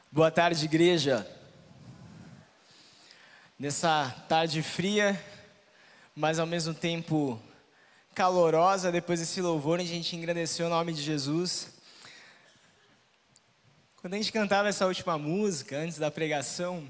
Boa tarde, igreja. Nessa tarde fria, mas ao mesmo tempo calorosa, depois desse louvor, a gente engrandeceu o nome de Jesus. Quando a gente cantava essa última música, antes da pregação,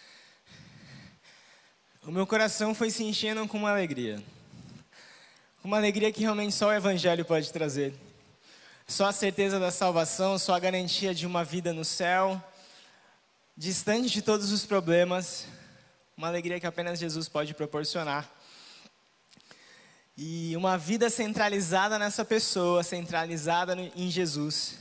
o meu coração foi se enchendo com uma alegria. Uma alegria que realmente só o Evangelho pode trazer. Só a certeza da salvação, só a garantia de uma vida no céu, distante de todos os problemas, uma alegria que apenas Jesus pode proporcionar. E uma vida centralizada nessa pessoa, centralizada em Jesus,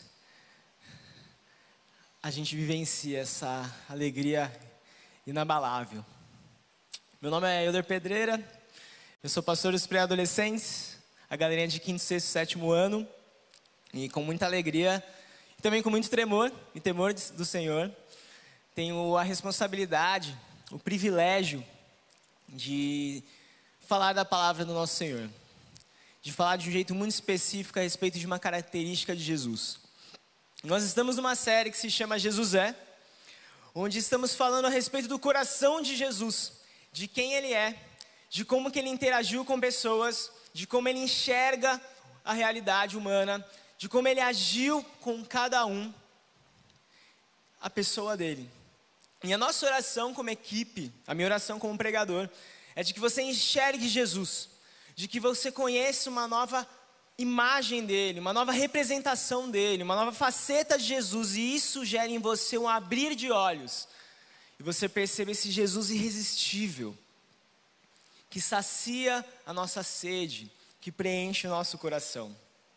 a gente vivencia essa alegria inabalável. Meu nome é Euler Pedreira, eu sou pastor dos pré-adolescentes, a galerinha de 5º, 6º, 7º ano, e com muita alegria, e também com muito tremor e temor do Senhor, tenho a responsabilidade, o privilégio de falar da palavra do nosso Senhor. De falar de um jeito muito específico a respeito de uma característica de Jesus. Nós estamos numa série que se chama Jesus é, onde estamos falando a respeito do coração de Jesus, de quem Ele é, de como que Ele interagiu com pessoas, de como Ele enxerga a realidade humana, de como Ele agiu com cada um, a pessoa dele. E a nossa oração como equipe, a minha oração como pregador, é de que você enxergue Jesus, de que você conheça uma nova imagem dele, uma nova representação dele, uma nova faceta de Jesus, e isso gera em você um abrir de olhos, e você percebe esse Jesus irresistível, que sacia a nossa sede, que preenche o nosso coração.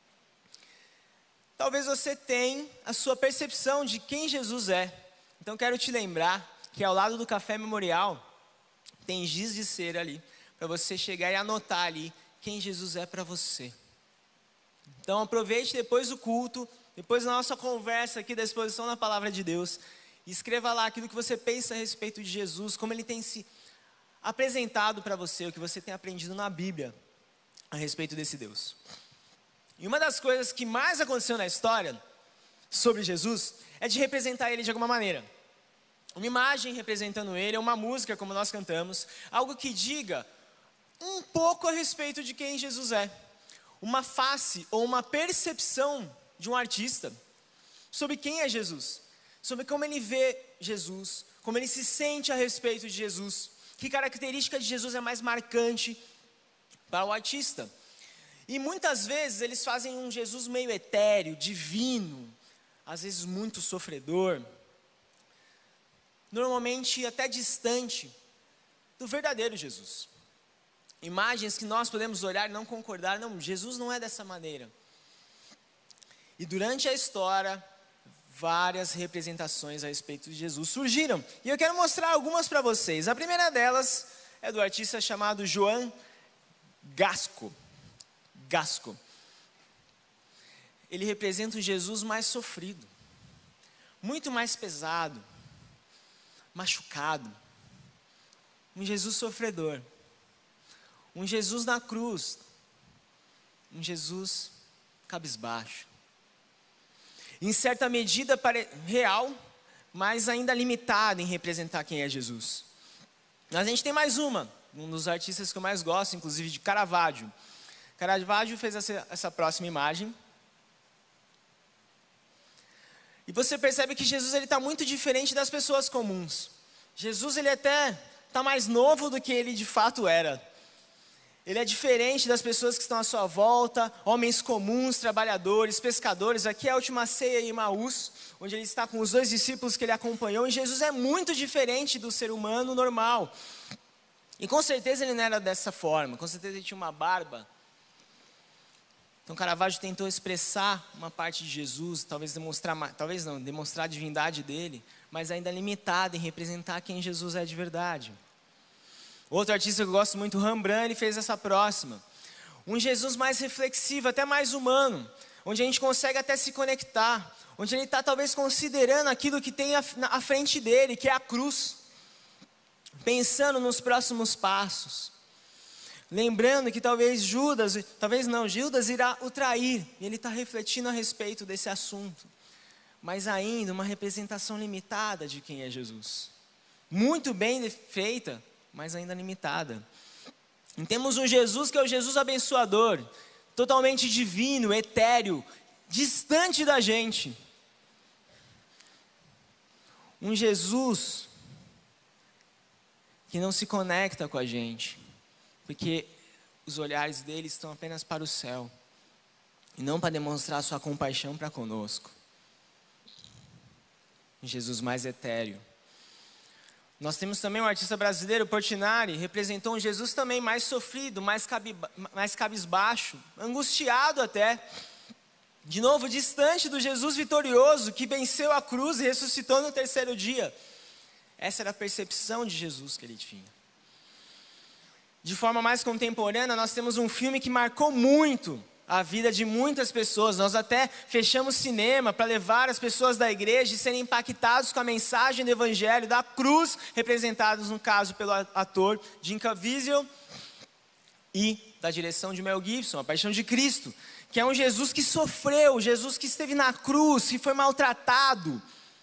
Talvez você tenha a sua percepção de quem Jesus é. Então quero te lembrar que ao lado do café memorial tem giz de cera ali, para você chegar e anotar ali quem Jesus é para você. Então aproveite depois do culto, depois da nossa conversa aqui da exposição da palavra de Deus, e escreva lá aquilo que você pensa a respeito de Jesus, como Ele tem se apresentado para você, o que você tem aprendido na Bíblia a respeito desse Deus. E uma das coisas que mais aconteceu na história sobre Jesus é de representar Ele de alguma maneira. Uma imagem representando Ele, uma música como nós cantamos, algo que diga um pouco a respeito de quem Jesus é. Uma face ou uma percepção de um artista sobre quem é Jesus, sobre como ele vê Jesus, como ele se sente a respeito de Jesus, que característica de Jesus é mais marcante para o artista. E muitas vezes eles fazem um Jesus meio etéreo, divino, às vezes muito sofredor, normalmente até distante do verdadeiro Jesus. Imagens que nós podemos olhar e não concordar, não, Jesus não é dessa maneira. E durante a história, várias representações a respeito de Jesus surgiram. E eu quero mostrar algumas para vocês. A primeira delas é do artista chamado Joan Gasco. Ele representa um Jesus mais sofrido, muito mais pesado, machucado, um Jesus sofredor, um Jesus na cruz, um Jesus cabisbaixo, em certa medida real, mas ainda limitado em representar quem é Jesus. Mas a gente tem mais um dos artistas que eu mais gosto, inclusive de Caravaggio. Caravaggio fez essa próxima imagem. E você percebe que Jesus está muito diferente das pessoas comuns. Jesus ele até está mais novo do que ele de fato era. Ele é diferente das pessoas que estão à sua volta, homens comuns, trabalhadores, pescadores. Aqui é a última ceia em Emaús, onde ele está com os 2 discípulos que ele acompanhou. E Jesus é muito diferente do ser humano normal. E com certeza ele não era dessa forma, com certeza ele tinha uma barba. Então Caravaggio tentou expressar uma parte de Jesus, demonstrar a divindade dele, mas ainda limitado em representar quem Jesus é de verdade. Outro artista que eu gosto muito, Rembrandt, ele fez essa próxima. Um Jesus mais reflexivo, até mais humano, onde a gente consegue até se conectar, onde ele está talvez considerando aquilo que tem à frente dele, que é a cruz, pensando nos próximos passos. Lembrando que talvez Judas irá o trair, e ele está refletindo a respeito desse assunto. mas ainda uma representação limitada de quem é Jesus. Muito bem feita, mas ainda limitada. E temos um Jesus que é o Jesus abençoador, totalmente divino, etéreo, distante da gente. Um Jesus que não se conecta com a gente, porque os olhares dele estão apenas para o céu, e não para demonstrar sua compaixão para conosco. Um Jesus mais etéreo. Nós temos também um artista brasileiro, Portinari, representou um Jesus também mais sofrido, mais cabisbaixo, angustiado até. De novo, distante do Jesus vitorioso, que venceu a cruz e ressuscitou no terceiro dia. Essa era a percepção de Jesus que ele tinha. De forma mais contemporânea, nós temos um filme que marcou muito a vida de muitas pessoas. Nós até fechamos cinema para levar as pessoas da igreja e serem impactados com a mensagem do evangelho, da cruz, representados no caso pelo ator Jim Caviezel, e da direção de Mel Gibson, A Paixão de Cristo, que é um Jesus que sofreu, Jesus que esteve na cruz, que foi maltratado.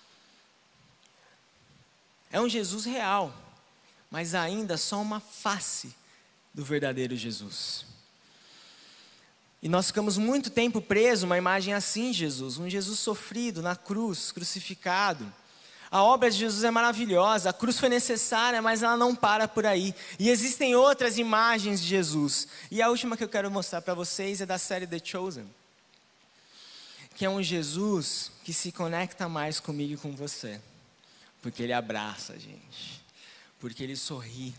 É um Jesus real, mas ainda só uma face do verdadeiro Jesus. E nós ficamos muito tempo presos a uma imagem assim de Jesus, um Jesus sofrido na cruz, crucificado. A obra de Jesus é maravilhosa, a cruz foi necessária, mas ela não para por aí. E existem outras imagens de Jesus. E a última que eu quero mostrar para vocês é da série The Chosen, que é um Jesus que se conecta mais comigo e com você, porque ele abraça a gente, porque ele sorri.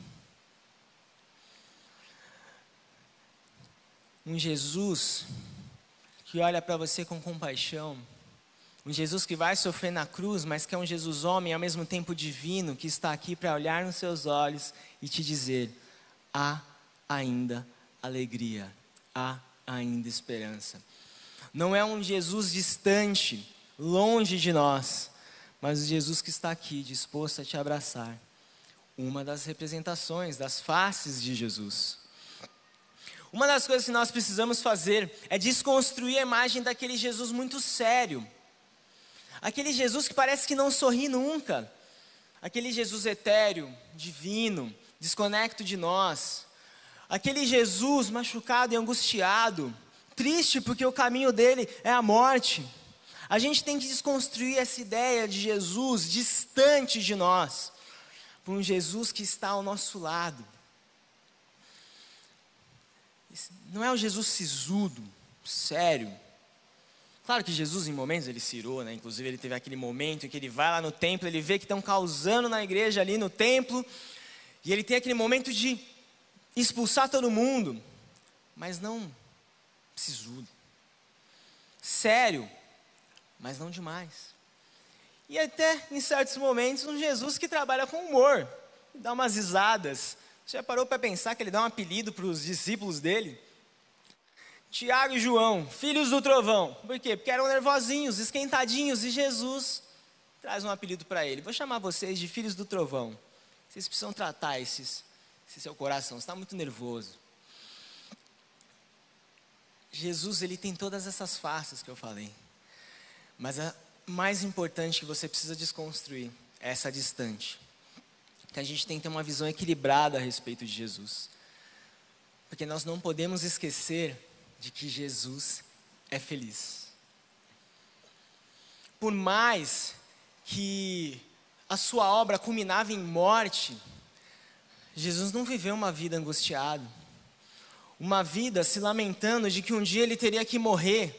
Um Jesus que olha para você com compaixão. Um Jesus que vai sofrer na cruz, mas que é um Jesus homem e ao mesmo tempo divino, que está aqui para olhar nos seus olhos e te dizer: há ainda alegria, há ainda esperança. Não é um Jesus distante, longe de nós, mas o Jesus que está aqui, disposto a te abraçar. Uma das representações, das faces de Jesus. Uma das coisas que nós precisamos fazer é desconstruir a imagem daquele Jesus muito sério. Aquele Jesus que parece que não sorri nunca. Aquele Jesus etéreo, divino, desconecto de nós. Aquele Jesus machucado e angustiado, triste porque o caminho dele é a morte. A gente tem que desconstruir essa ideia de Jesus distante de nós, por um Jesus que está ao nosso lado. Não é um Jesus sisudo, sério. Claro que Jesus em momentos ele se irou, né? Inclusive ele teve aquele momento em que ele vai lá no templo, ele vê que estão causando na igreja ali no templo, e ele tem aquele momento de expulsar todo mundo, mas não sisudo. Sério, mas não demais. E até em certos momentos um Jesus que trabalha com humor, dá umas risadas. Você já parou para pensar que ele dá um apelido para os discípulos dele? Tiago e João, filhos do trovão. Por quê? Porque eram nervosinhos, esquentadinhos, e Jesus traz um apelido para ele. Vou chamar vocês de filhos do trovão. Vocês precisam tratar esse seu coração, você está muito nervoso. Jesus, ele tem todas essas faces que eu falei. Mas a mais importante que você precisa desconstruir é essa distante. Que a gente tem que ter uma visão equilibrada a respeito de Jesus. Porque nós não podemos esquecer de que Jesus é feliz. Por mais que a sua obra culminava em morte, Jesus não viveu uma vida angustiada, uma vida se lamentando de que um dia ele teria que morrer.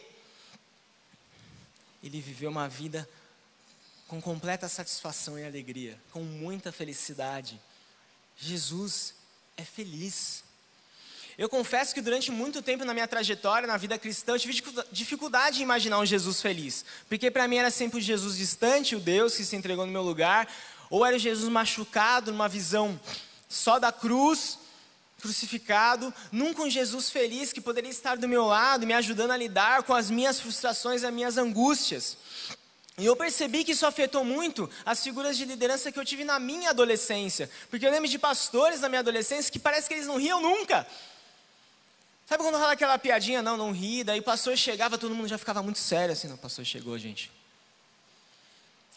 Ele viveu uma vida com completa satisfação e alegria, com muita felicidade. Jesus é feliz. Eu confesso que durante muito tempo na minha trajetória, na vida cristã, eu tive dificuldade em imaginar um Jesus feliz. Porque para mim era sempre o Jesus distante, o Deus que se entregou no meu lugar. Ou era o Jesus machucado, numa visão só da cruz, crucificado. Nunca um Jesus feliz que poderia estar do meu lado, me ajudando a lidar com as minhas frustrações e as minhas angústias. E eu percebi que isso afetou muito as figuras de liderança que eu tive na minha adolescência. Porque eu lembro de pastores na minha adolescência que parece que eles não riam nunca. Sabe quando rola aquela piadinha? Não ri. Daí o pastor chegava, todo mundo já ficava muito sério assim. Não, o pastor chegou, gente.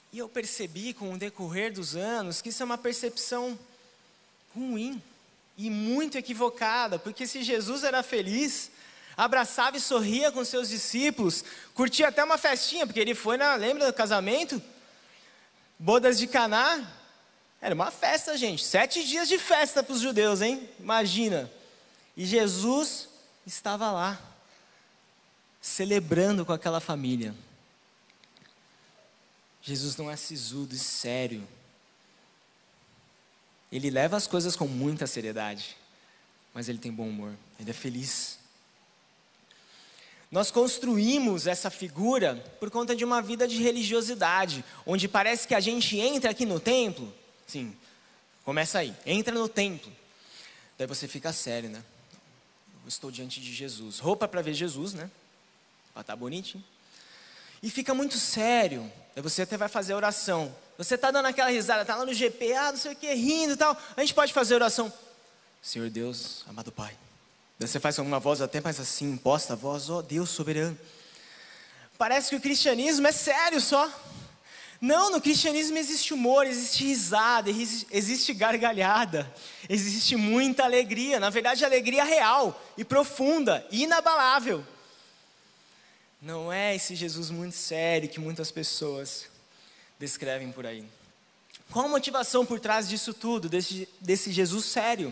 E eu percebi com o decorrer dos anos que isso é uma percepção ruim e muito equivocada, porque se Jesus era feliz, abraçava e sorria com seus discípulos, curtia até uma festinha, porque ele foi lembra do casamento? Bodas de Caná, era uma festa, gente, 7 dias de festa para os judeus, hein? Imagina. E Jesus estava lá, celebrando com aquela família. Jesus não é sisudo e sério. Ele leva as coisas com muita seriedade, mas ele tem bom humor, ele é feliz. Nós construímos essa figura por conta de uma vida de religiosidade, onde parece que a gente entra aqui no templo, sim, começa aí, entra no templo, daí você fica sério, né? Eu estou diante de Jesus, roupa para ver Jesus, né? Para estar bonitinho. E fica muito sério, daí você até vai fazer oração. Você está dando aquela risada, está lá no GP, não sei o que, rindo e tal. A gente pode fazer oração. Senhor Deus, amado Pai. Daí você faz uma voz até mais assim, imposta a voz, ó Deus soberano. Parece que o cristianismo é sério só. Não, no cristianismo existe humor, existe risada, existe gargalhada, existe muita alegria. Na verdade, alegria real e profunda, inabalável. Não é esse Jesus muito sério que muitas pessoas descrevem por aí. Qual a motivação por trás disso tudo, desse Jesus sério?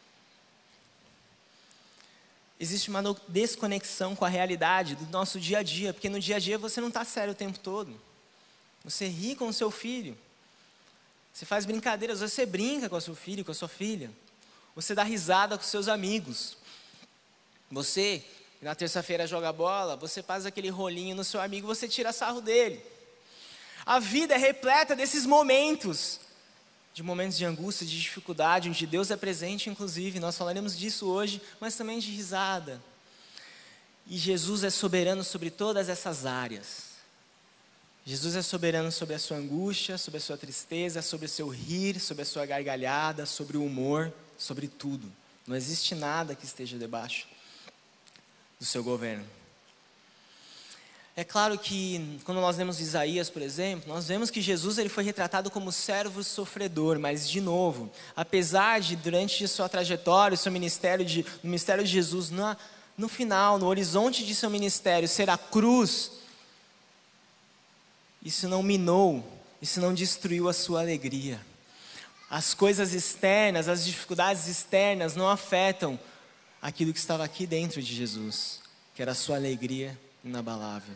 Existe uma desconexão com a realidade do nosso dia a dia, porque no dia a dia você não está sério o tempo todo. Você ri com o seu filho, você faz brincadeiras, você brinca com o seu filho, com a sua filha, você dá risada com seus amigos, você na terça-feira joga bola, você faz aquele rolinho no seu amigo, você tira sarro dele. A vida é repleta desses momentos, de momentos de angústia, de dificuldade, onde Deus é presente, inclusive, nós falaremos disso hoje, mas também de risada. E Jesus é soberano sobre todas essas áreas. Jesus é soberano sobre a sua angústia, sobre a sua tristeza, sobre o seu rir, sobre a sua gargalhada, sobre o humor, sobre tudo. Não existe nada que esteja debaixo do seu governo. É claro que quando nós lemos Isaías, por exemplo, nós vemos que Jesus ele foi retratado como servo sofredor, mas de novo, apesar de durante sua trajetória, seu ministério no ministério de Jesus, no final, no horizonte de seu ministério, ser a cruz, isso não minou, isso não destruiu a sua alegria. As coisas externas, as dificuldades externas não afetam aquilo que estava aqui dentro de Jesus, que era a sua alegria inabalável.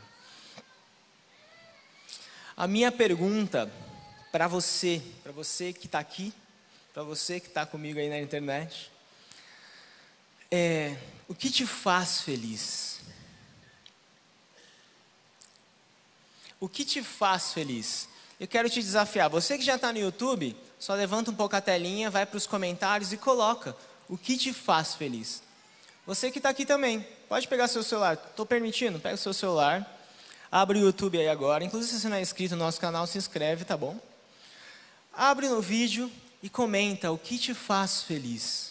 A minha pergunta para você que está aqui, para você que está comigo aí na internet, é: o que te faz feliz? O que te faz feliz? Eu quero te desafiar, você que já está no YouTube, só levanta um pouco a telinha, vai para os comentários e coloca o que te faz feliz. Você que está aqui também, pode pegar seu celular, estou permitindo, pega o seu celular, abre o YouTube aí agora, inclusive se você não é inscrito no nosso canal, se inscreve, tá bom? Abre no vídeo e comenta o que te faz feliz.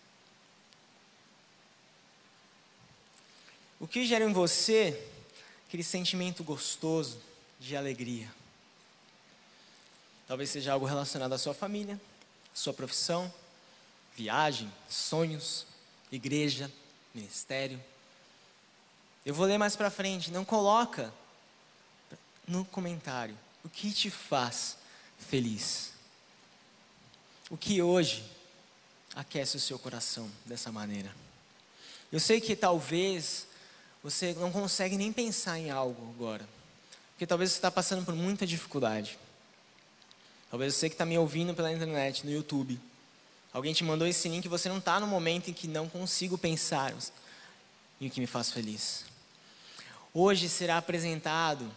O que gera em você aquele sentimento gostoso de alegria? Talvez seja algo relacionado à sua família, sua profissão, viagem, sonhos, igreja, ministério. Eu vou ler mais para frente, não coloca no comentário o que te faz feliz. O que hoje aquece o seu coração dessa maneira. Eu sei que talvez você não consegue nem pensar em algo agora, porque talvez você está passando por muita dificuldade. Talvez você que está me ouvindo pela internet, no YouTube, alguém te mandou esse link e você não está no momento em que não consigo pensar em o que me faz feliz. Hoje será apresentado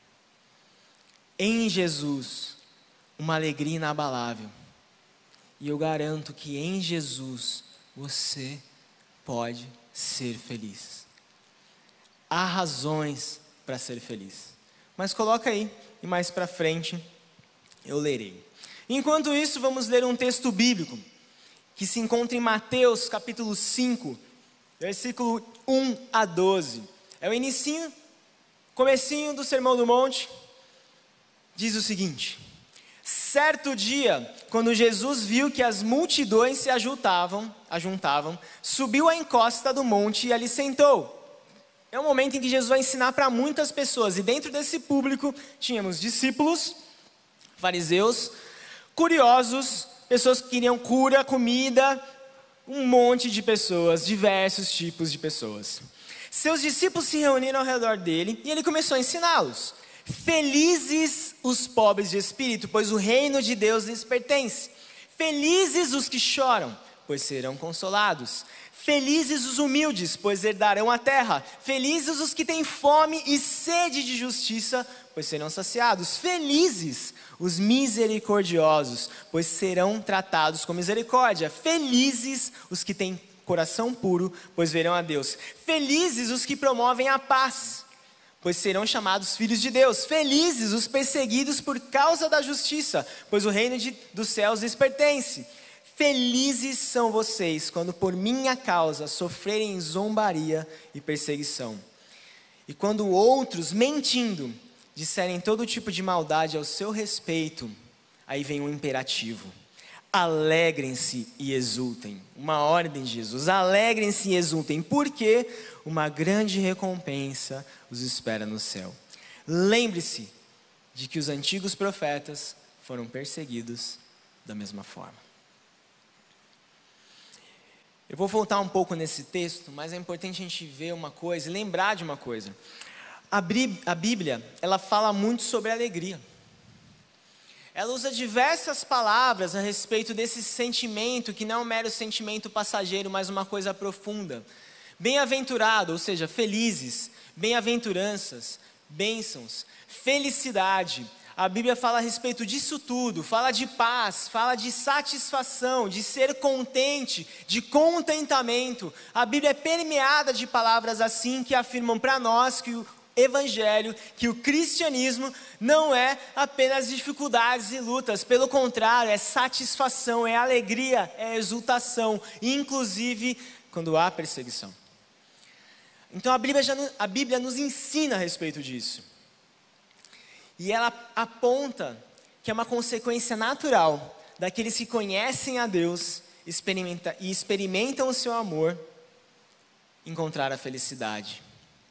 em Jesus uma alegria inabalável. E eu garanto que em Jesus você pode ser feliz. Há razões para ser feliz. Mas coloca aí e mais para frente eu lerei. Enquanto isso, vamos ler um texto bíblico que se encontra em Mateus capítulo 5, versículo 1 a 12. É o comecinho do Sermão do Monte. diz o seguinte: certo dia, quando Jesus viu que as multidões se ajuntavam, subiu à encosta do monte e ali sentou. É um momento em que Jesus vai ensinar para muitas pessoas, e dentro desse público tínhamos discípulos, fariseus, curiosos, pessoas que queriam cura, comida, um monte de pessoas, diversos tipos de pessoas. Seus discípulos se reuniram ao redor dele e ele começou a ensiná-los. Felizes os pobres de espírito, pois o reino de Deus lhes pertence. Felizes os que choram, pois serão consolados. Felizes os humildes, pois herdarão a terra. Felizes os que têm fome e sede de justiça, pois serão saciados. Felizes os misericordiosos, pois serão tratados com misericórdia. Felizes os que têm coração puro, pois verão a Deus. Felizes os que promovem a paz, pois serão chamados filhos de Deus. Felizes os perseguidos por causa da justiça, pois o reino dos céus lhes pertence. Felizes são vocês quando por minha causa sofrerem zombaria e perseguição. E quando outros, mentindo, disserem todo tipo de maldade ao seu respeito, aí vem um imperativo: alegrem-se e exultem. Uma ordem de Jesus: alegrem-se e exultem, porque uma grande recompensa os espera no céu. Lembre-se de que os antigos profetas foram perseguidos da mesma forma. Eu vou voltar um pouco nesse texto, mas é importante a gente ver uma coisa e lembrar de uma coisa. A Bíblia, ela fala muito sobre alegria. Ela usa diversas palavras a respeito desse sentimento, que não é um mero sentimento passageiro, mas uma coisa profunda. Bem-aventurado, ou seja, felizes, bem-aventuranças, bênçãos, felicidade. A Bíblia fala a respeito disso tudo, fala de paz, fala de satisfação, de ser contente, de contentamento. A Bíblia é permeada de palavras assim que afirmam para nós que o Evangelho, que o cristianismo não é apenas dificuldades e lutas, pelo contrário, é satisfação, é alegria, é exultação, inclusive quando há perseguição. Então a Bíblia nos ensina a respeito disso. E ela aponta que é uma consequência natural daqueles que conhecem a Deus e experimentam o seu amor, encontrar a felicidade.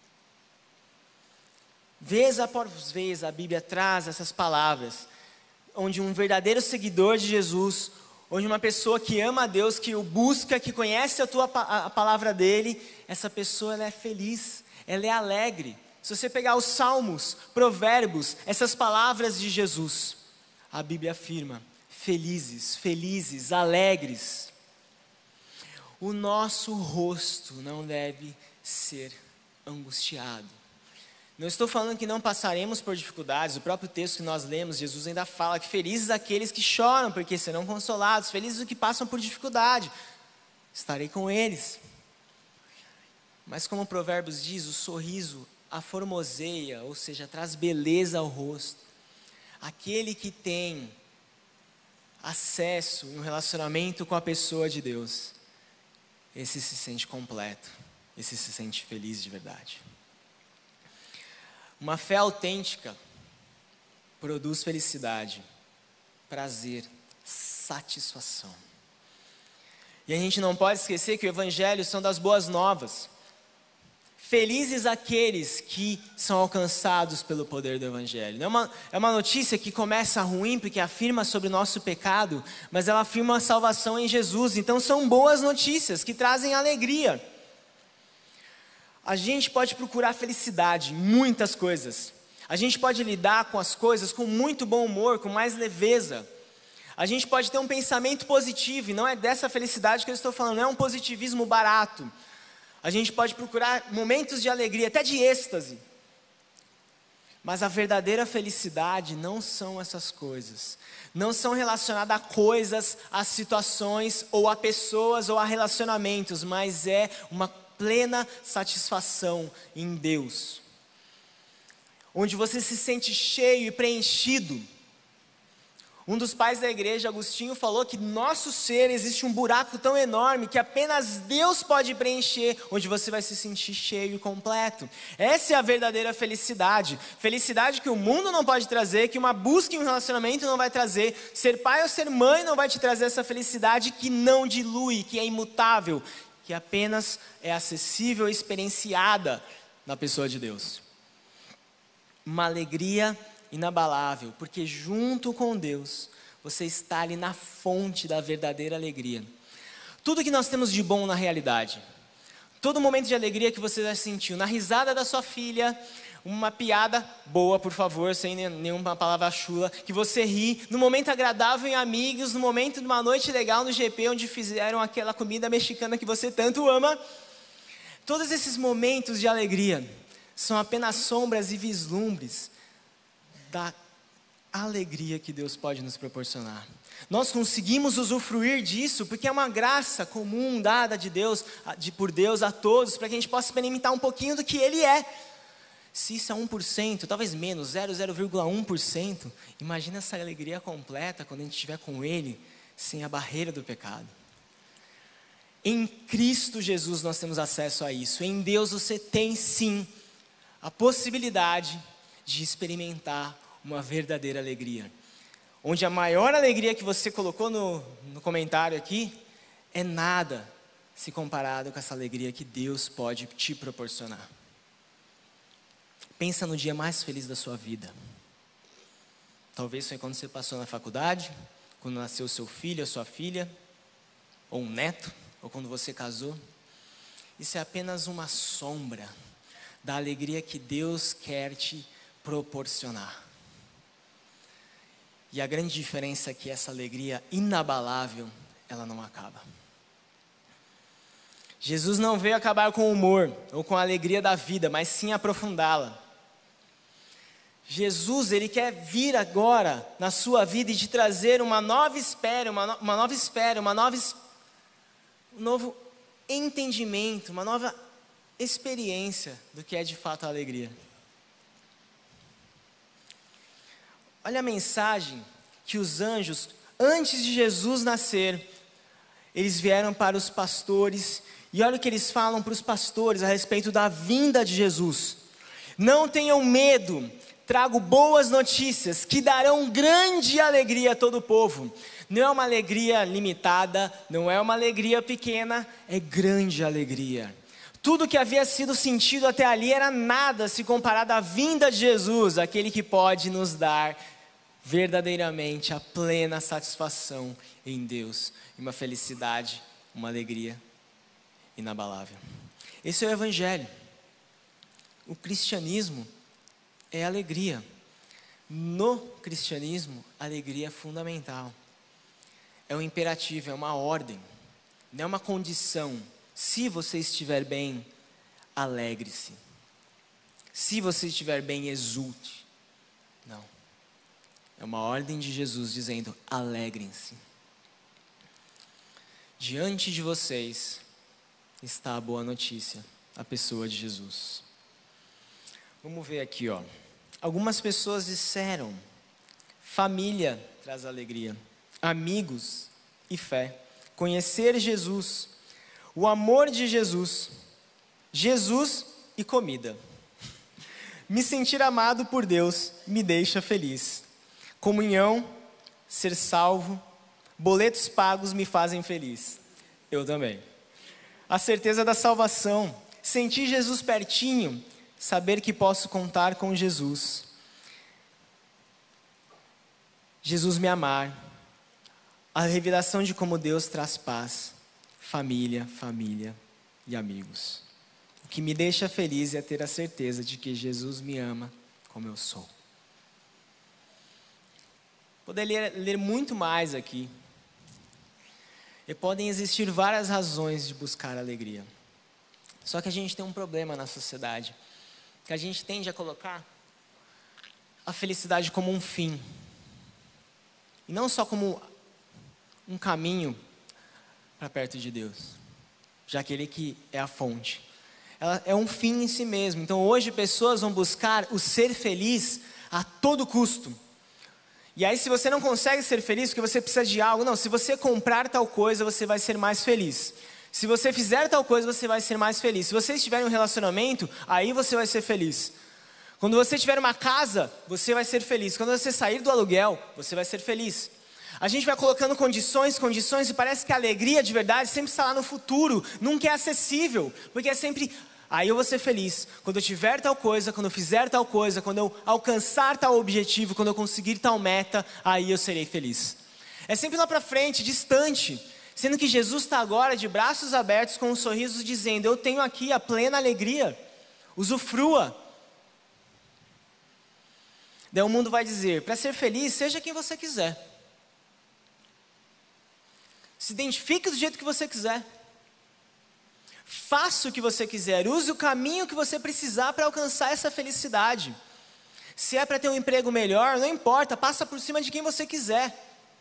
Vez após vez a Bíblia traz essas palavras, onde um verdadeiro seguidor de Jesus, onde uma pessoa que ama a Deus, que o busca, que conhece a palavra dele, essa pessoa ela é feliz, ela é alegre. Se você pegar os Salmos, Provérbios, essas palavras de Jesus, a Bíblia afirma: felizes, felizes, alegres. O nosso rosto não deve ser angustiado. Não estou falando que não passaremos por dificuldades. O próprio texto que nós lemos, Jesus ainda fala que felizes aqueles que choram, porque serão consolados. Felizes os que passam por dificuldade, estarei com eles. Mas como Provérbios diz, o sorriso aformoseia, ou seja, traz beleza ao rosto. Aquele que tem acesso em um relacionamento com a pessoa de Deus, esse se sente completo, esse se sente feliz de verdade. Uma fé autêntica produz felicidade, prazer, satisfação. E a gente não pode esquecer que o Evangelho são das boas novas. Felizes aqueles que são alcançados pelo poder do Evangelho. É uma notícia que começa ruim porque afirma sobre o nosso pecado, mas ela afirma a salvação em Jesus. Então são boas notícias que trazem alegria. A gente pode procurar felicidade em muitas coisas. A gente pode lidar com as coisas com muito bom humor, com mais leveza. A gente pode ter um pensamento positivo, e não é dessa felicidade que eu estou falando, não é um positivismo barato. A gente pode procurar momentos de alegria, até de êxtase. Mas a verdadeira felicidade não são essas coisas. Não são relacionadas a coisas, a situações, ou a pessoas, ou a relacionamentos. Mas é uma plena satisfação em Deus. Onde você se sente cheio e preenchido. Um dos pais da igreja, Agostinho, falou que no nosso ser existe um buraco tão enorme que apenas Deus pode preencher, onde você vai se sentir cheio e completo. Essa é a verdadeira felicidade. Felicidade que o mundo não pode trazer, que uma busca em um relacionamento não vai trazer. Ser pai ou ser mãe não vai te trazer essa felicidade que não dilui, que é imutável, que apenas é acessível e experienciada na pessoa de Deus. Uma alegria inabalável, porque junto com Deus, você está ali na fonte da verdadeira alegria. Tudo que nós temos de bom na realidade, todo momento de alegria que você já sentiu, na risada da sua filha, uma piada boa, por favor, sem nenhuma palavra chula, que você ri, no momento agradável em amigos, no momento de uma noite legal no GP, onde fizeram aquela comida mexicana que você tanto ama. Todos esses momentos de alegria são apenas sombras e vislumbres da alegria que Deus pode nos proporcionar. Nós conseguimos usufruir disso porque é uma graça comum dada de Deus, por Deus a todos, para que a gente possa experimentar um pouquinho do que Ele é. Se isso é 1%, talvez menos, 0,1%, imagina essa alegria completa quando a gente estiver com Ele, sem a barreira do pecado. Em Cristo Jesus nós temos acesso a isso. Em Deus você tem sim a possibilidade de experimentar uma verdadeira alegria. Onde a maior alegria que você colocou no comentário aqui é nada se comparado com essa alegria que Deus pode te proporcionar. Pensa no dia mais feliz da sua vida. Talvez foi quando você passou na faculdade, quando nasceu seu filho, a sua filha, ou um neto, ou quando você casou. Isso é apenas uma sombra da alegria que Deus quer te proporcionar. E a grande diferença é que essa alegria inabalável, ela não acaba. Jesus não veio acabar com o humor ou com a alegria da vida, mas sim aprofundá-la. Jesus, Ele quer vir agora na sua vida e te trazer uma nova esfera, um novo entendimento, uma nova experiência do que é de fato a alegria. Olha a mensagem que os anjos, antes de Jesus nascer, eles vieram para os pastores, e olha o que eles falam para os pastores a respeito da vinda de Jesus. Não tenham medo, trago boas notícias que darão grande alegria a todo o povo. Não é uma alegria limitada, não é uma alegria pequena, é grande alegria. Tudo que havia sido sentido até ali era nada se comparado à vinda de Jesus, aquele que pode nos dar verdadeiramente a plena satisfação em Deus, e uma felicidade, uma alegria inabalável. Esse é o Evangelho. O cristianismo é alegria. No cristianismo, a alegria é fundamental. É um imperativo, é uma ordem, não é uma condição. Se você estiver bem, alegre-se. Se você estiver bem, exulte. Não. É uma ordem de Jesus dizendo: alegrem-se. Diante de vocês está a boa notícia, a pessoa de Jesus. Vamos ver aqui, ó. Algumas pessoas disseram: família traz alegria, amigos e fé, conhecer Jesus, o amor de Jesus, Jesus e comida. Me sentir amado por Deus me deixa feliz. Comunhão, ser salvo, boletos pagos me fazem feliz. Eu também. A certeza da salvação, sentir Jesus pertinho, saber que posso contar com Jesus. Jesus me amar, a revelação de como Deus traz paz, família e amigos. O que me deixa feliz é ter a certeza de que Jesus me ama como eu sou. Poderia ler muito mais aqui. E podem existir várias razões de buscar alegria. Só que a gente tem um problema na sociedade, que a gente tende a colocar a felicidade como um fim. E não só como um caminho para perto de Deus, já que Ele que é a fonte. Ela é um fim em si mesmo. Então hoje pessoas vão buscar o ser feliz a todo custo. E aí se você não consegue ser feliz porque você precisa de algo, não, se você comprar tal coisa, você vai ser mais feliz. Se você fizer tal coisa, você vai ser mais feliz. Se você estiver em um relacionamento, aí você vai ser feliz. Quando você tiver uma casa, você vai ser feliz. Quando você sair do aluguel, você vai ser feliz. A gente vai colocando condições, e parece que a alegria de verdade sempre está lá no futuro, nunca é acessível, porque é sempre, aí eu vou ser feliz, quando eu tiver tal coisa, quando eu fizer tal coisa, quando eu alcançar tal objetivo, quando eu conseguir tal meta, aí eu serei feliz. É sempre lá para frente, distante, sendo que Jesus está agora de braços abertos com um sorriso dizendo, eu tenho aqui a plena alegria, usufrua. Daí o mundo vai dizer, para ser feliz, seja quem você quiser. Se identifique do jeito que você quiser. Faça o que você quiser. Use o caminho que você precisar para alcançar essa felicidade. Se é para ter um emprego melhor, não importa. Passa por cima de quem você quiser.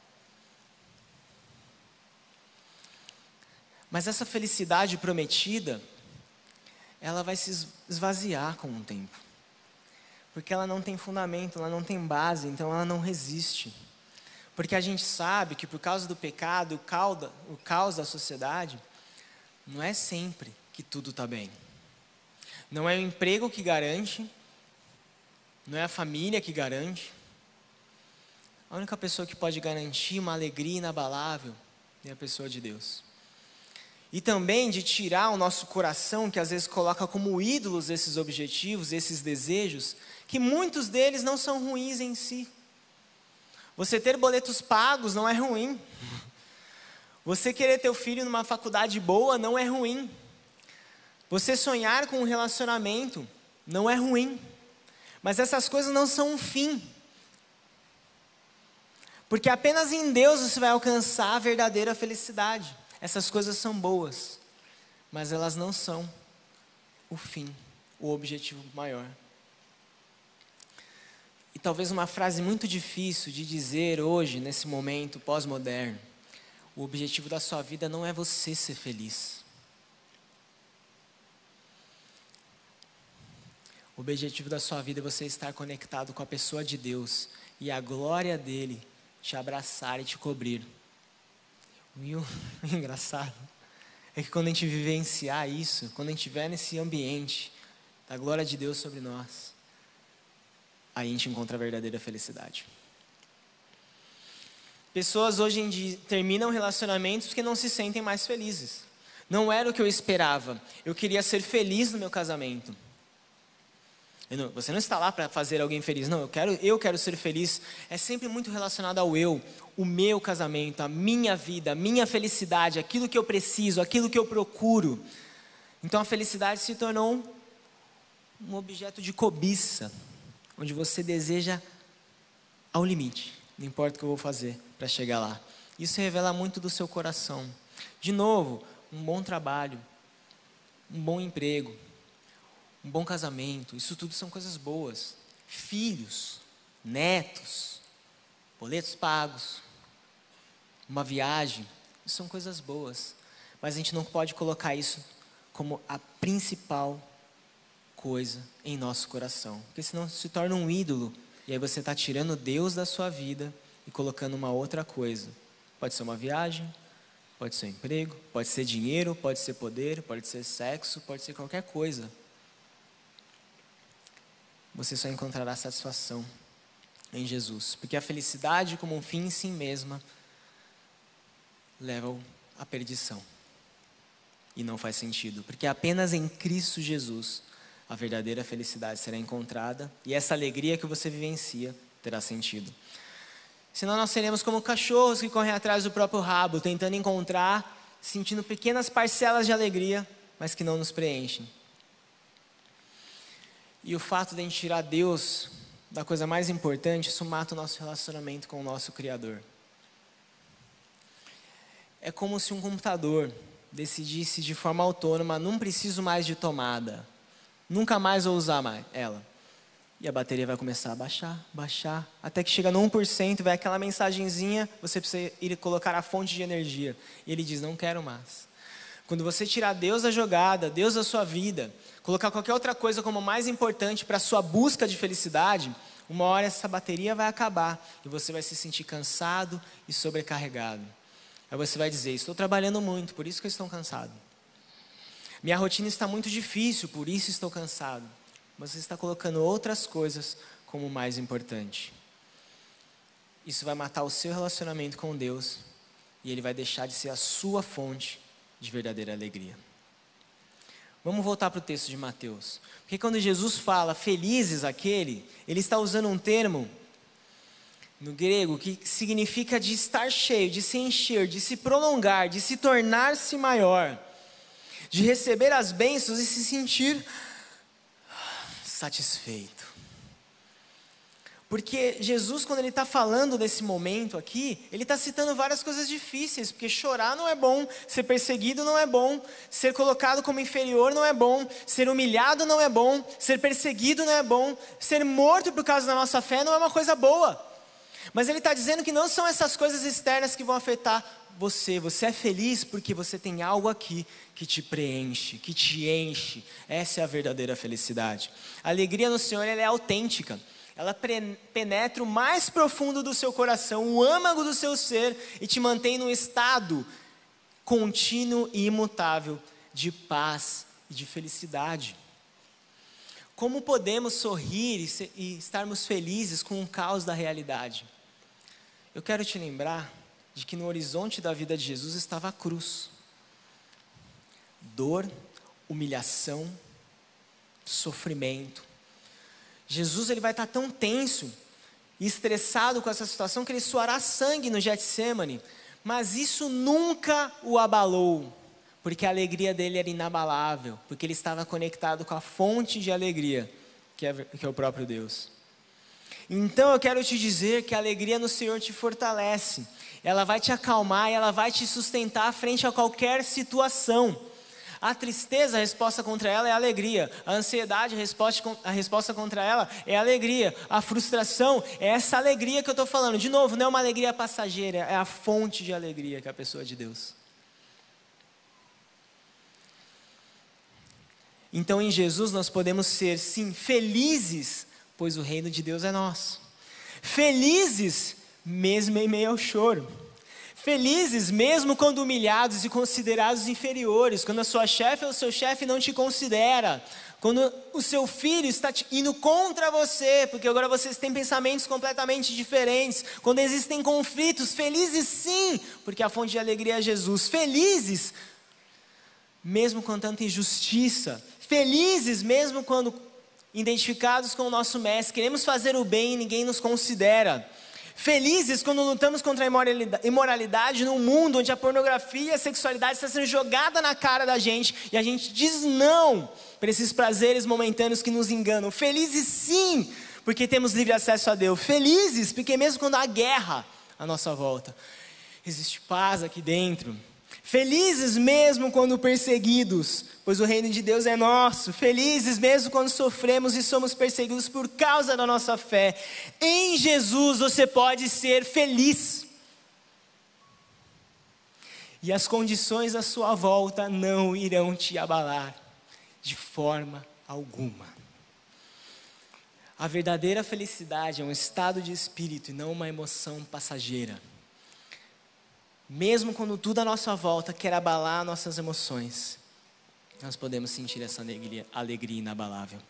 Mas essa felicidade prometida, ela vai se esvaziar com o tempo. Porque ela não tem fundamento, ela não tem base, então ela não resiste. Porque a gente sabe que por causa do pecado, o caos da sociedade, não é sempre que tudo está bem. Não é o emprego que garante, não é a família que garante. A única pessoa que pode garantir uma alegria inabalável é a pessoa de Deus. E também de tirar o nosso coração, que às vezes coloca como ídolos esses objetivos, esses desejos, que muitos deles não são ruins em si. Você ter boletos pagos não é ruim. Você querer ter o filho numa faculdade boa não é ruim. Você sonhar com um relacionamento não é ruim. Mas essas coisas não são um fim. Porque apenas em Deus você vai alcançar a verdadeira felicidade. Essas coisas são boas, mas elas não são o fim, o objetivo maior. E talvez uma frase muito difícil de dizer hoje, nesse momento pós-moderno. O objetivo da sua vida não é você ser feliz. O objetivo da sua vida é você estar conectado com a pessoa de Deus e a glória dele te abraçar e te cobrir. E o engraçado é que quando a gente vivenciar isso, quando a gente estiver nesse ambiente da glória de Deus sobre nós, aí a gente encontra a verdadeira felicidade. Pessoas hoje em dia terminam relacionamentos porque não se sentem mais felizes. Não era o que eu esperava. Eu queria ser feliz no meu casamento. Você não está lá para fazer alguém feliz. Não, eu quero ser feliz. É sempre muito relacionado ao eu. O meu casamento, a minha vida, a minha felicidade, aquilo que eu preciso, aquilo que eu procuro. Então a felicidade se tornou um objeto de cobiça, onde você deseja ao limite. Não importa o que eu vou fazer para chegar lá. Isso revela muito do seu coração. De novo, um bom trabalho, um bom emprego, um bom casamento, isso tudo são coisas boas. Filhos, netos, boletos pagos, uma viagem, isso são coisas boas. Mas a gente não pode colocar isso como a principal coisa em nosso coração. Porque senão se torna um ídolo. E aí você está tirando Deus da sua vida e colocando uma outra coisa. Pode ser uma viagem, pode ser um emprego, pode ser dinheiro, pode ser poder, pode ser sexo, pode ser qualquer coisa. Você só encontrará satisfação em Jesus. Porque a felicidade como um fim em si mesma leva à perdição. E não faz sentido. Porque apenas em Cristo Jesus a verdadeira felicidade será encontrada e essa alegria que você vivencia terá sentido. Senão nós seremos como cachorros que correm atrás do próprio rabo, tentando encontrar, sentindo pequenas parcelas de alegria, mas que não nos preenchem. E o fato de a gente tirar Deus da coisa mais importante, isso mata o nosso relacionamento com o nosso Criador. É como se um computador decidisse de forma autônoma, não preciso mais de tomada, nunca mais vou usar ela. E a bateria vai começar a baixar, até que chega no 1%, vai aquela mensagenzinha, você precisa ir colocar a fonte de energia. E ele diz, não quero mais. Quando você tirar Deus da jogada, Deus da sua vida, colocar qualquer outra coisa como mais importante para a sua busca de felicidade, Uma hora essa bateria vai acabar e você vai se sentir cansado e sobrecarregado. Aí você vai dizer, estou trabalhando muito, por isso que eu estou cansado. Minha rotina está muito difícil, por isso estou cansado. Mas você está colocando outras coisas como mais importante. Isso vai matar o seu relacionamento com Deus e ele vai deixar de ser a sua fonte de verdadeira alegria. Vamos voltar para o texto de Mateus. Porque quando Jesus fala felizes aquele, ele está usando um termo no grego que significa de estar cheio, de se encher, de se prolongar, de se tornar-se maior, de receber as bênçãos e se sentir satisfeito. Porque Jesus, quando ele está falando desse momento aqui, ele está citando várias coisas difíceis, porque chorar não é bom, ser perseguido não é bom, ser colocado como inferior não é bom, ser humilhado não é bom, ser perseguido não é bom, ser morto por causa da nossa fé não é uma coisa boa. Mas ele está dizendo que não são essas coisas externas que vão afetar você. Você é feliz porque você tem algo aqui que te preenche, que te enche. Essa é a verdadeira felicidade. A alegria no Senhor, ela é autêntica. Ela penetra o mais profundo do seu coração, o âmago do seu ser, e te mantém num estado contínuo e imutável de paz e de felicidade. Como podemos sorrir e estarmos felizes com o caos da realidade? Eu quero te lembrar de que no horizonte da vida de Jesus estava a cruz. Dor, humilhação, sofrimento. Jesus ele vai estar tão tenso e estressado com essa situação que ele suará sangue no Getsemane, mas isso nunca o abalou, porque a alegria dele era inabalável, porque ele estava conectado com a fonte de alegria, que é o próprio Deus. Então eu quero te dizer que a alegria no Senhor te fortalece, ela vai te acalmar e ela vai te sustentar frente a qualquer situação. A tristeza, a resposta contra ela é a alegria. A ansiedade, a resposta contra ela é a alegria. A frustração é essa alegria que eu estou falando. De novo, não é uma alegria passageira, é a fonte de alegria que é a pessoa de Deus. Então em Jesus nós podemos ser, sim, felizes, pois o reino de Deus é nosso. Felizes, mesmo em meio ao choro. Felizes mesmo quando humilhados e considerados inferiores, quando a sua chefe ou o seu chefe não te considera, quando o seu filho está indo contra você, porque agora vocês têm pensamentos completamente diferentes, quando existem conflitos. Felizes sim, porque a fonte de alegria é Jesus. Felizes mesmo com tanta injustiça, felizes mesmo quando identificados com o nosso mestre, queremos fazer o bem e ninguém nos considera. Felizes quando lutamos contra a imoralidade num mundo onde a pornografia e a sexualidade está sendo jogada na cara da gente e a gente diz não para esses prazeres momentâneos que nos enganam. Felizes sim, porque temos livre acesso a Deus. Felizes porque mesmo quando há guerra à nossa volta, existe paz aqui dentro. Felizes mesmo quando perseguidos, pois o reino de Deus é nosso. Felizes mesmo quando sofremos e somos perseguidos por causa da nossa fé. Em Jesus você pode ser feliz. E as condições à sua volta não irão te abalar de forma alguma. A verdadeira felicidade é um estado de espírito e não uma emoção passageira. Mesmo quando tudo à nossa volta quer abalar nossas emoções, nós podemos sentir essa alegria inabalável.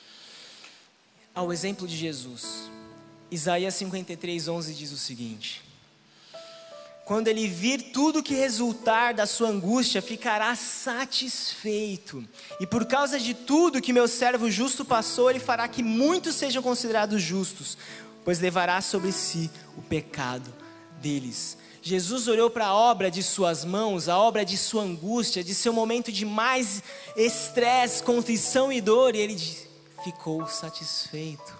Ao exemplo de Jesus, Isaías 53:11 diz o seguinte: quando ele vir tudo que resultar da sua angústia, ficará satisfeito. E por causa de tudo que meu servo justo passou, ele fará que muitos sejam considerados justos, pois levará sobre si o pecado deles. Jesus olhou para a obra de suas mãos, a obra de sua angústia, de seu momento de mais estresse, contrição e dor, e ele ficou satisfeito.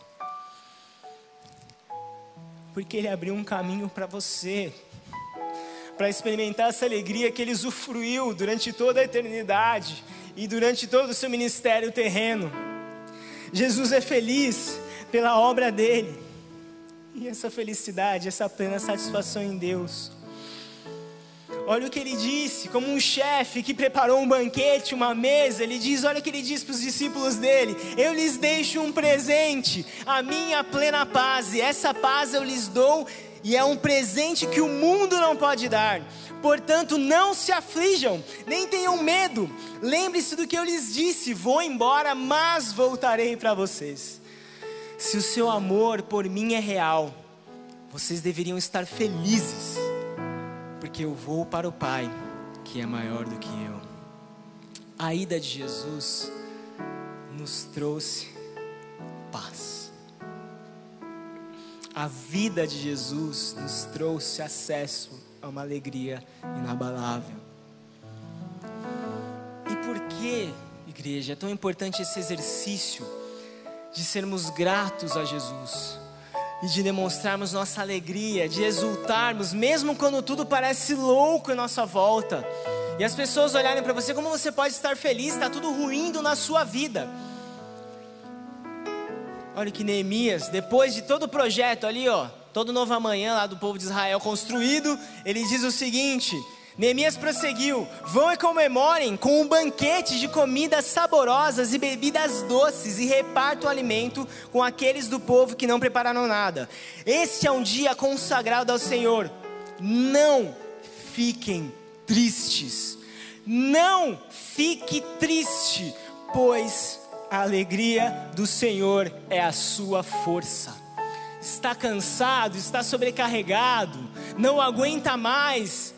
Porque ele abriu um caminho para você, para experimentar essa alegria que ele usufruiu durante toda a eternidade e durante todo o seu ministério terreno. Jesus é feliz pela obra dele. E essa felicidade, essa plena satisfação em Deus. Olha o que ele disse, como um chefe que preparou um banquete, uma mesa, ele diz, olha o que ele diz para os discípulos dele: eu lhes deixo um presente, a minha plena paz, e essa paz eu lhes dou, e é um presente que o mundo não pode dar. Portanto, não se aflijam, nem tenham medo. Lembre-se do que eu lhes disse, vou embora, mas voltarei para vocês. Se o seu amor por mim é real, vocês deveriam estar felizes, porque eu vou para o Pai, que é maior do que eu. A ida de Jesus nos trouxe paz. A vida de Jesus nos trouxe acesso a uma alegria inabalável. E por que, igreja, é tão importante esse exercício de sermos gratos a Jesus? E de demonstrarmos nossa alegria, de exultarmos, mesmo quando tudo parece louco em nossa volta. E as pessoas olharem para você, como você pode estar feliz, está tudo ruindo na sua vida. Olha que Neemias, depois de todo o projeto ali, todo novo amanhã lá do povo de Israel construído, ele diz o seguinte: Neemias prosseguiu: vão e comemorem com um banquete de comidas saborosas e bebidas doces, e repartam o alimento com aqueles do povo que não prepararam nada. Este é um dia consagrado ao Senhor. Não fiquem tristes. Não fique triste, pois a alegria do Senhor é a sua força. Está cansado, está sobrecarregado, não aguenta mais.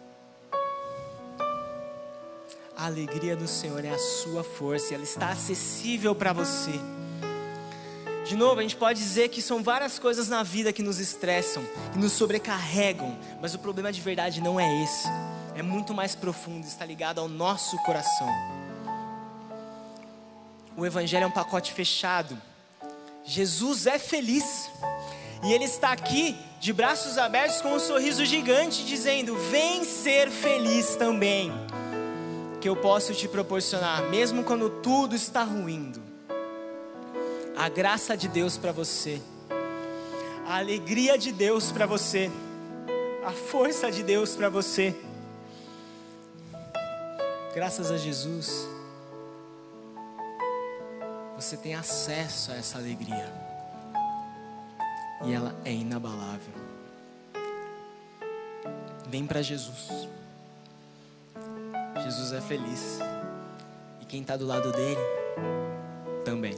A alegria do Senhor é a sua força, e ela está acessível para você. De novo, a gente pode dizer que são várias coisas na vida que nos estressam, que nos sobrecarregam, mas o problema de verdade não é esse. É muito mais profundo, está ligado ao nosso coração. O Evangelho é um pacote fechado. Jesus é feliz, e Ele está aqui de braços abertos com um sorriso gigante, dizendo: vem ser feliz também, que eu posso te proporcionar, mesmo quando tudo está ruindo. A graça de Deus para você, a alegria de Deus para você, a força de Deus para você. Graças a Jesus, você tem acesso a essa alegria, e ela é inabalável. Vem para Jesus. Jesus é feliz, e quem está do lado dele também.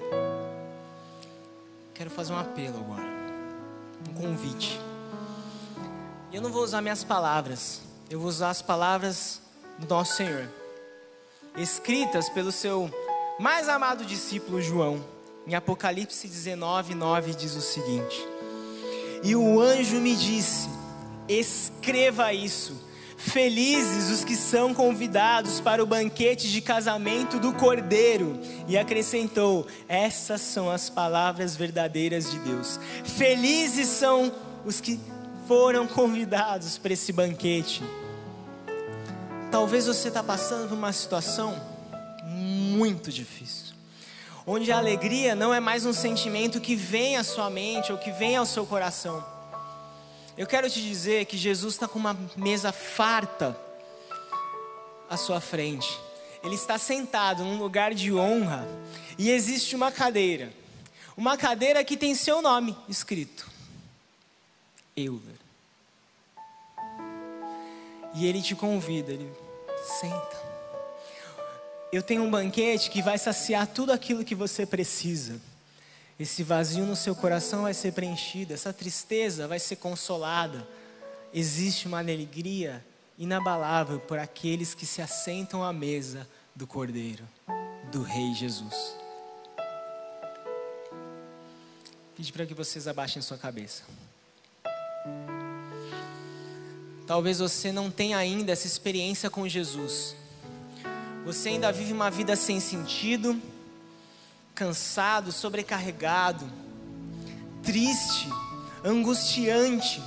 Quero fazer um apelo agora, um convite. E eu não vou usar minhas palavras, eu vou usar as palavras do nosso Senhor, escritas pelo seu mais amado discípulo João. Em Apocalipse 19:9 diz o seguinte: e o anjo me disse: escreva isso, felizes os que são convidados para o banquete de casamento do Cordeiro. E acrescentou: essas são as palavras verdadeiras de Deus. Felizes são os que foram convidados para esse banquete. Talvez você está passando por uma situação muito difícil, onde a alegria não é mais um sentimento que vem à sua mente ou que vem ao seu coração. Eu quero te dizer que Jesus está com uma mesa farta à sua frente. Ele está sentado num lugar de honra, e existe uma cadeira que tem seu nome escrito: Euler. E Ele te convida, Ele: senta. Eu tenho um banquete que vai saciar tudo aquilo que você precisa. Esse vazio no seu coração vai ser preenchido, essa tristeza vai ser consolada. Existe uma alegria inabalável por aqueles que se assentam à mesa do Cordeiro, do Rei Jesus. Pedi para que vocês abaixem sua cabeça. Talvez você não tenha ainda essa experiência com Jesus. Você ainda vive uma vida sem sentido, cansado, sobrecarregado, triste, angustiante.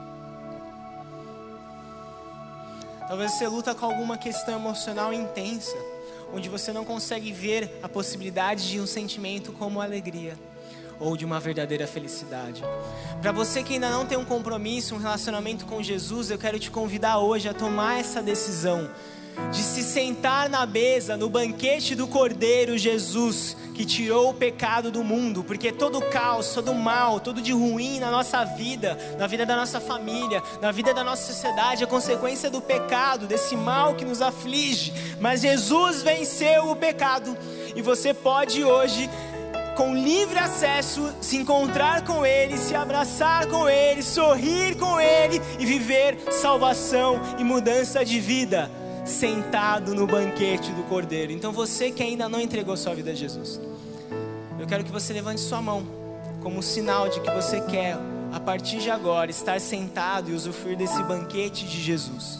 Talvez você luta com alguma questão emocional intensa, onde você não consegue ver a possibilidade de um sentimento como a alegria. ou de uma verdadeira felicidade. Para você que ainda não tem um compromisso, um relacionamento com Jesus, eu quero te convidar hoje a tomar essa decisão de se sentar na mesa, no banquete do Cordeiro Jesus, que tirou o pecado do mundo, porque todo o caos, todo o mal, tudo de ruim na nossa vida, na vida da nossa família, na vida da nossa sociedade, é consequência do pecado, desse mal que nos aflige. Mas Jesus venceu o pecado, e você pode hoje, com livre acesso, se encontrar com Ele, se abraçar com Ele, sorrir com Ele e viver salvação e mudança de vida, sentado no banquete do Cordeiro. Então você que ainda não entregou sua vida a Jesus, eu quero que você levante sua mão como sinal de que você quer, a partir de agora, estar sentado e usufruir desse banquete de Jesus.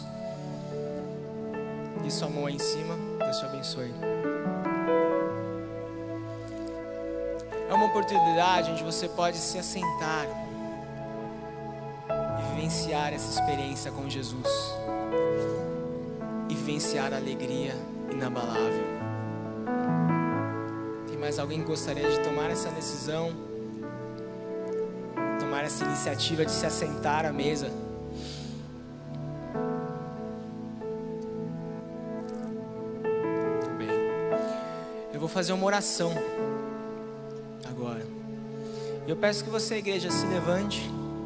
E sua mão aí em cima. Deus te abençoe. É uma oportunidade onde você pode se assentar e vivenciar essa experiência com Jesus, e vivenciar a alegria inabalável. Tem mais alguém que gostaria de tomar essa decisão, tomar essa iniciativa de se assentar à mesa? Bem, eu vou fazer uma oração agora. Eu peço que você, igreja, se levante.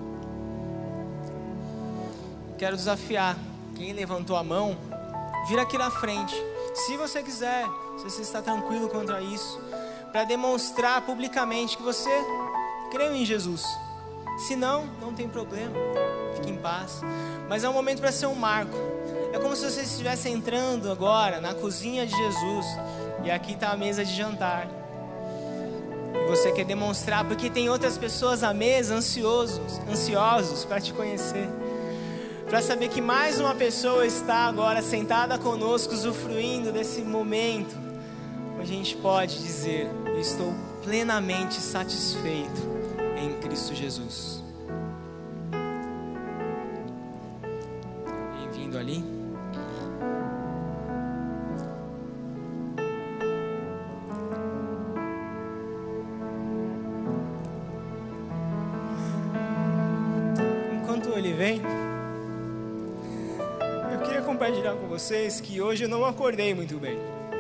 Quero desafiar quem levantou a mão, vir aqui na frente, se você quiser, se você está tranquilo quanto a isso, para demonstrar publicamente que você creu em Jesus. Se não, não tem problema, fique em paz. Mas é um momento para ser um marco. É como se você estivesse entrando agora na cozinha de Jesus, e aqui está a mesa de jantar, e você quer demonstrar, porque tem outras pessoas à mesa ansiosos para te conhecer, para saber que mais uma pessoa está agora sentada conosco, usufruindo desse momento, onde a gente pode dizer: eu estou plenamente satisfeito em Cristo Jesus. Bem-vindo ali. Enquanto ele vem, compartilhar com vocês que hoje eu não acordei muito bem,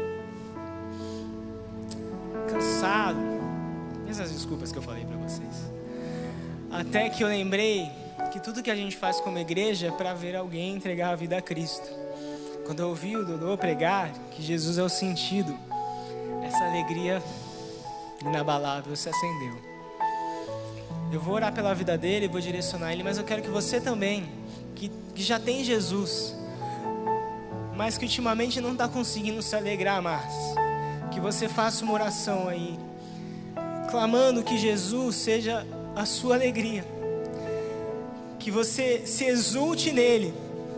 cansado, essas desculpas que eu falei para vocês, até que eu lembrei que tudo que a gente faz como igreja é para ver alguém entregar a vida a Cristo. Quando eu ouvi o Dodô pregar que Jesus é o sentido, essa alegria inabalável se acendeu. Eu vou orar pela vida dele, vou direcionar ele, mas eu quero que você também, que já tem Jesus, mas que ultimamente não está conseguindo se alegrar mais, que você faça uma oração aí, clamando que Jesus seja a sua alegria, que você se exulte nele,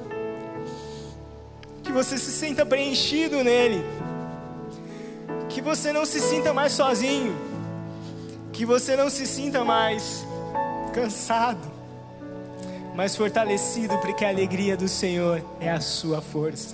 que você se sinta preenchido nele, que você não se sinta mais sozinho, que você não se sinta mais cansado, mas fortalecido, porque a alegria do Senhor é a sua força.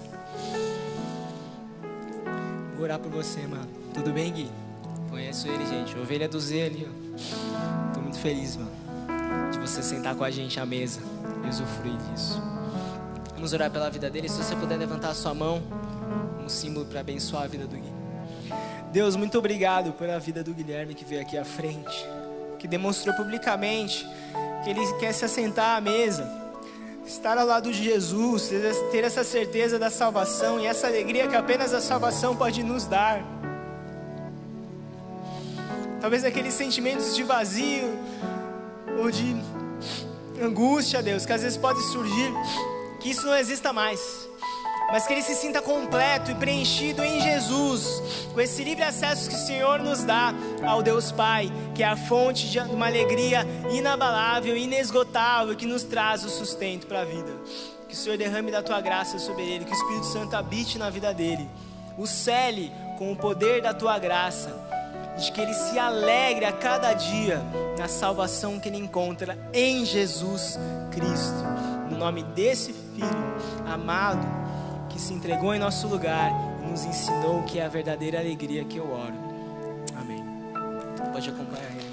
Vou orar por você, mano. Tudo bem, Gui? Conheço ele, gente. Ovelha do Zé ali, ó. Tô muito feliz, mano, de você sentar com a gente à mesa e usufruir disso. Vamos orar pela vida dele. Se você puder levantar a sua mão, um símbolo para abençoar a vida do Gui. Deus, muito obrigado pela vida do Guilherme, que veio aqui à frente, que demonstrou publicamente que ele quer se assentar à mesa, estar ao lado de Jesus, ter essa certeza da salvação e essa alegria que apenas a salvação pode nos dar. Talvez aqueles sentimentos de vazio ou de angústia, Deus, que às vezes pode surgir, que isso não exista mais, mas que ele se sinta completo e preenchido em Jesus, com esse livre acesso que o Senhor nos dá ao Deus Pai, que é a fonte de uma alegria inabalável, inesgotável, que nos traz o sustento para a vida. Que o Senhor derrame da tua graça sobre ele, que o Espírito Santo habite na vida dele, o cele com o poder da tua graça, de que ele se alegre a cada dia na salvação que ele encontra em Jesus Cristo, no nome desse Filho amado, que se entregou em nosso lugar e nos ensinou o que é a verdadeira alegria que eu oro. Amém. Pode acompanhar ele.